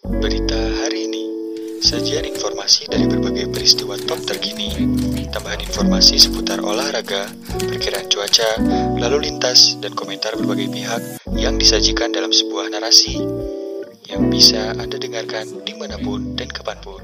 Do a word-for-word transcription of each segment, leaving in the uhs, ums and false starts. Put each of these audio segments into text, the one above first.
Berita hari ini, sajian informasi dari berbagai peristiwa top terkini, tambahan informasi seputar olahraga, perkiraan cuaca, lalu lintas, dan komentar berbagai pihak yang disajikan dalam sebuah narasi yang bisa Anda dengarkan dimanapun dan kapanpun.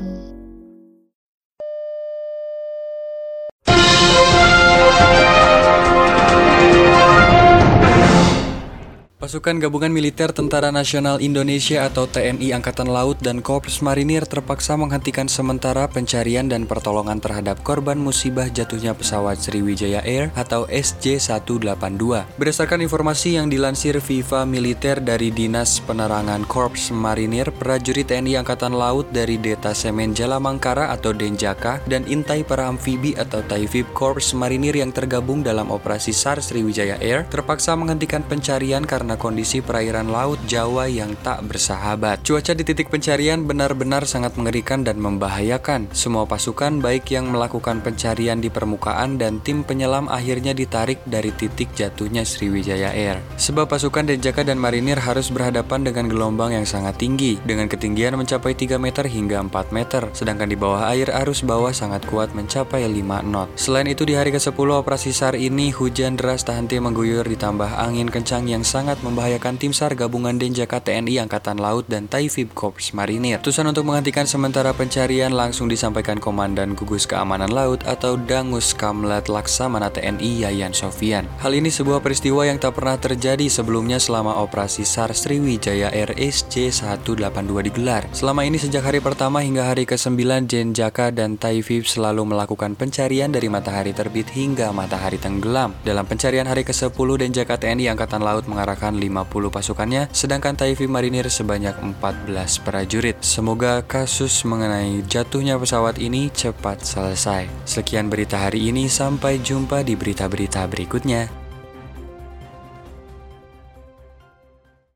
Pasukan Gabungan Militer Tentara Nasional Indonesia atau T N I Angkatan Laut dan Korps Marinir terpaksa menghentikan sementara pencarian dan pertolongan terhadap korban musibah jatuhnya pesawat Sriwijaya Air atau S J seratus delapan puluh dua. Berdasarkan informasi yang dilansir Viva Militer dari Dinas Penerangan Korps Marinir, prajurit T N I Angkatan Laut dari Detasemen Jalamangkara atau Denjaka dan intai para amfibi atau Taifib Korps Marinir yang tergabung dalam operasi SAR Sriwijaya Air terpaksa menghentikan pencarian karena karena kondisi perairan Laut Jawa yang tak bersahabat. Cuaca di titik pencarian benar-benar sangat mengerikan dan membahayakan. Semua pasukan baik yang melakukan pencarian di permukaan dan tim penyelam akhirnya ditarik dari titik jatuhnya Sriwijaya Air. Sebab pasukan Denjaka dan Marinir harus berhadapan dengan gelombang yang sangat tinggi dengan ketinggian mencapai tiga meter hingga empat meter. Sedangkan di bawah air arus bawah sangat kuat mencapai lima knot. Selain itu di hari kesepuluh operasi SAR ini hujan deras tak henti mengguyur ditambah angin kencang yang sangat membahayakan tim SAR gabungan Denjaka T N I Angkatan Laut dan Taifib Korps Marinir. Keputusan untuk menghentikan sementara pencarian langsung disampaikan Komandan Gugus Keamanan Laut atau Dangus Kamlat Laksamana T N I Yayan Sofian. Hal ini sebuah peristiwa yang tak pernah terjadi sebelumnya selama operasi SAR Sriwijaya Air S J seratus delapan puluh dua digelar. Selama ini sejak hari pertama hingga hari kesembilan Denjaka dan Taifib selalu melakukan pencarian dari matahari terbit hingga matahari tenggelam. Dalam pencarian hari kesepuluh Denjaka T N I Angkatan Laut mengarahkan lima puluh pasukannya, sedangkan Taifib Marinir sebanyak empat belas prajurit. Semoga kasus mengenai jatuhnya pesawat ini cepat selesai. Sekian berita hari ini, sampai jumpa di berita-berita berikutnya.